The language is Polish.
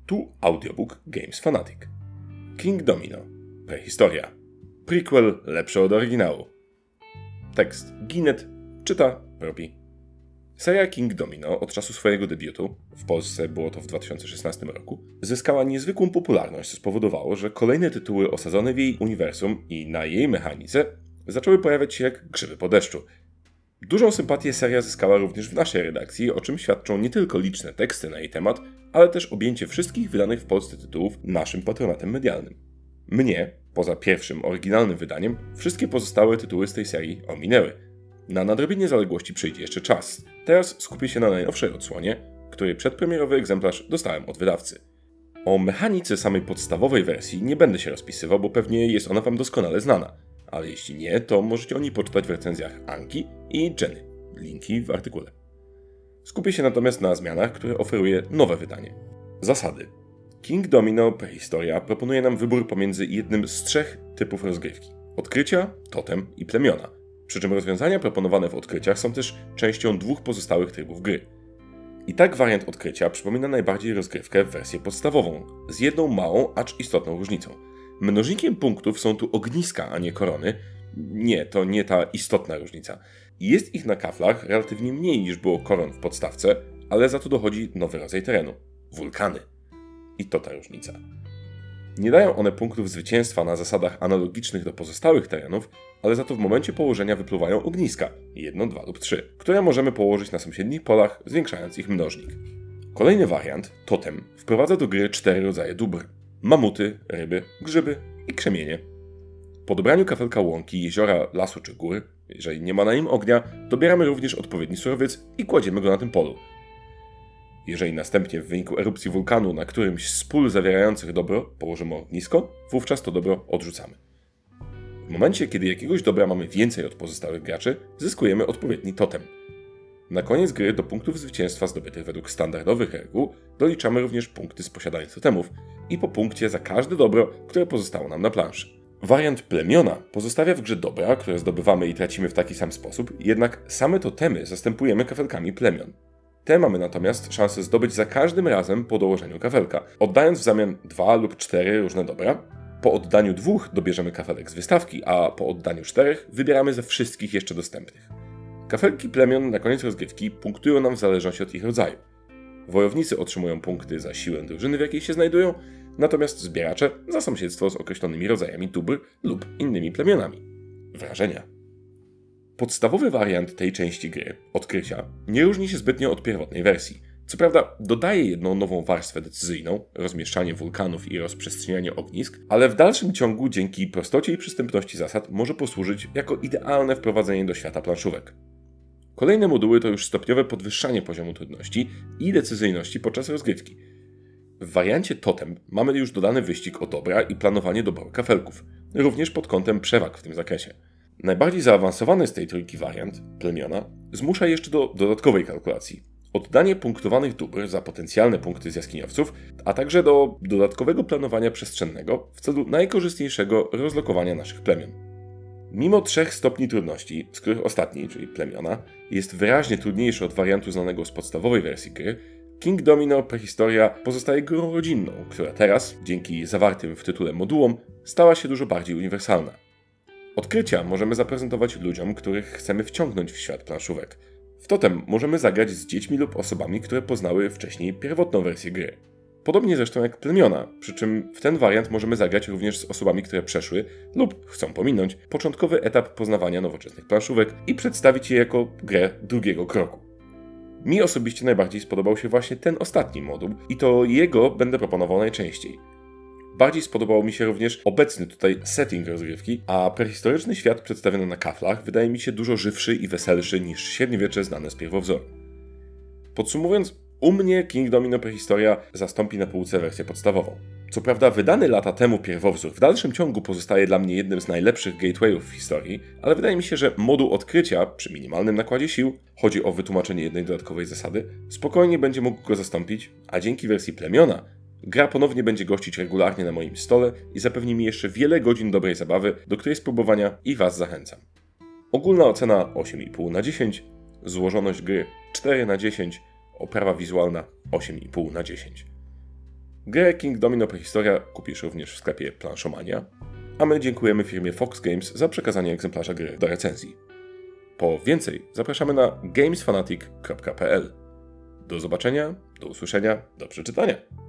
Tu audiobook Games Fanatic. King Domino. Prehistoria. Prequel lepszy od oryginału. Tekst Ginet czyta Robi. Seria King Domino od czasu swojego debiutu, w Polsce było to w 2016 roku, zyskała niezwykłą popularność, co spowodowało, że kolejne tytuły osadzone w jej uniwersum i na jej mechanice zaczęły pojawiać się jak grzyby po deszczu. Dużą sympatię seria zyskała również w naszej redakcji, o czym świadczą nie tylko liczne teksty na jej temat, ale też objęcie wszystkich wydanych w Polsce tytułów naszym patronatem medialnym. Mnie, poza pierwszym, oryginalnym wydaniem, wszystkie pozostałe tytuły z tej serii ominęły. Na nadrobienie zaległości przyjdzie jeszcze czas. Teraz skupię się na najnowszej odsłonie, której przedpremierowy egzemplarz dostałem od wydawcy. O mechanice samej podstawowej wersji nie będę się rozpisywał, bo pewnie jest ona wam doskonale znana. Ale jeśli nie, to możecie o niej poczytać w recenzjach Anki i Jenny. Linki w artykule. Skupię się natomiast na zmianach, które oferuje nowe wydanie. Zasady. King Domino Prehistoria proponuje nam wybór pomiędzy jednym z trzech typów rozgrywki. Odkrycia, totem i plemiona. Przy czym rozwiązania proponowane w odkryciach są też częścią dwóch pozostałych trybów gry. I tak wariant odkrycia przypomina najbardziej rozgrywkę w wersję podstawową, z jedną małą, acz istotną różnicą. Mnożnikiem punktów są tu ogniska, a nie korony. Nie, to nie ta istotna różnica. Jest ich na kaflach relatywnie mniej niż było koron w podstawce, ale za to dochodzi nowy rodzaj terenu. Wulkany. I to ta różnica. Nie dają one punktów zwycięstwa na zasadach analogicznych do pozostałych terenów, ale za to w momencie położenia wypluwają ogniska, 1, 2 lub 3, które możemy położyć na sąsiednich polach, zwiększając ich mnożnik. Kolejny wariant, totem, wprowadza do gry 4 rodzaje dóbr. Mamuty, ryby, grzyby i krzemienie. Po dobraniu kafelka łąki, jeziora, lasu czy góry, jeżeli nie ma na nim ognia, dobieramy również odpowiedni surowiec i kładziemy go na tym polu. Jeżeli następnie w wyniku erupcji wulkanu na którymś z pól zawierających dobro położymy ognisko, wówczas to dobro odrzucamy. W momencie, kiedy jakiegoś dobra mamy więcej od pozostałych graczy, zyskujemy odpowiedni totem. Na koniec gry do punktów zwycięstwa zdobytych według standardowych reguł doliczamy również punkty z posiadanych totemów i po punkcie za każde dobro, które pozostało nam na planszy. Wariant plemiona pozostawia w grze dobra, które zdobywamy i tracimy w taki sam sposób, jednak same totemy zastępujemy kafelkami plemion. Te mamy natomiast szansę zdobyć za każdym razem po dołożeniu kafelka, oddając w zamian 2 lub 4 różne dobra. Po oddaniu 2 dobierzemy kafelek z wystawki, a po oddaniu 4 wybieramy ze wszystkich jeszcze dostępnych. Kafelki plemion na koniec rozgrywki punktują nam w zależności od ich rodzaju. Wojownicy otrzymują punkty za siłę drużyny, w jakiej się znajdują, natomiast zbieracze za sąsiedztwo z określonymi rodzajami dóbr lub innymi plemionami. Wrażenia. Podstawowy wariant tej części gry, odkrycia, nie różni się zbytnio od pierwotnej wersji. Co prawda dodaje jedną nową warstwę decyzyjną, rozmieszczanie wulkanów i rozprzestrzenianie ognisk, ale w dalszym ciągu dzięki prostocie i przystępności zasad może posłużyć jako idealne wprowadzenie do świata planszówek. Kolejne moduły to już stopniowe podwyższanie poziomu trudności i decyzyjności podczas rozgrywki. W wariancie totem mamy już dodany wyścig o dobra i planowanie doboru kafelków, również pod kątem przewag w tym zakresie. Najbardziej zaawansowany z tej trójki wariant, plemiona, zmusza jeszcze do dodatkowej kalkulacji. Oddanie punktowanych dóbr za potencjalne punkty z jaskiniowców, a także do dodatkowego planowania przestrzennego w celu najkorzystniejszego rozlokowania naszych plemion. Mimo 3 stopni trudności, z których ostatni, czyli plemiona, jest wyraźnie trudniejszy od wariantu znanego z podstawowej wersji gry, King Domino Prehistoria pozostaje grą rodzinną, która teraz, dzięki zawartym w tytule modułom, stała się dużo bardziej uniwersalna. Odkrycia możemy zaprezentować ludziom, których chcemy wciągnąć w świat planszówek. W totem możemy zagrać z dziećmi lub osobami, które poznały wcześniej pierwotną wersję gry. Podobnie zresztą jak plemiona, przy czym w ten wariant możemy zagrać również z osobami, które przeszły lub chcą pominąć początkowy etap poznawania nowoczesnych planszówek i przedstawić je jako grę drugiego kroku. Mi osobiście najbardziej spodobał się właśnie ten ostatni moduł i to jego będę proponował najczęściej. Bardziej spodobał mi się również obecny tutaj setting rozgrywki, a prehistoryczny świat przedstawiony na kaflach wydaje mi się dużo żywszy i weselszy niż średniowiecze znane z pierwowzoru. Podsumowując, u mnie King Domino Prehistoria zastąpi na półce wersję podstawową. Co prawda wydany lata temu pierwowzór w dalszym ciągu pozostaje dla mnie jednym z najlepszych gatewayów w historii, ale wydaje mi się, że moduł odkrycia, przy minimalnym nakładzie sił, chodzi o wytłumaczenie jednej dodatkowej zasady, spokojnie będzie mógł go zastąpić, a dzięki wersji plemiona gra ponownie będzie gościć regularnie na moim stole i zapewni mi jeszcze wiele godzin dobrej zabawy, do której spróbowania i Was zachęcam. Ogólna ocena 8,5 na 10, złożoność gry 4 na 10, oprawa wizualna 8,5 na 10. Grę King Domino Prehistoria kupisz również w sklepie Planszomania, a my dziękujemy firmie Fox Games za przekazanie egzemplarza gry do recenzji. Po więcej zapraszamy na gamesfanatic.pl. Do zobaczenia, do usłyszenia, do przeczytania.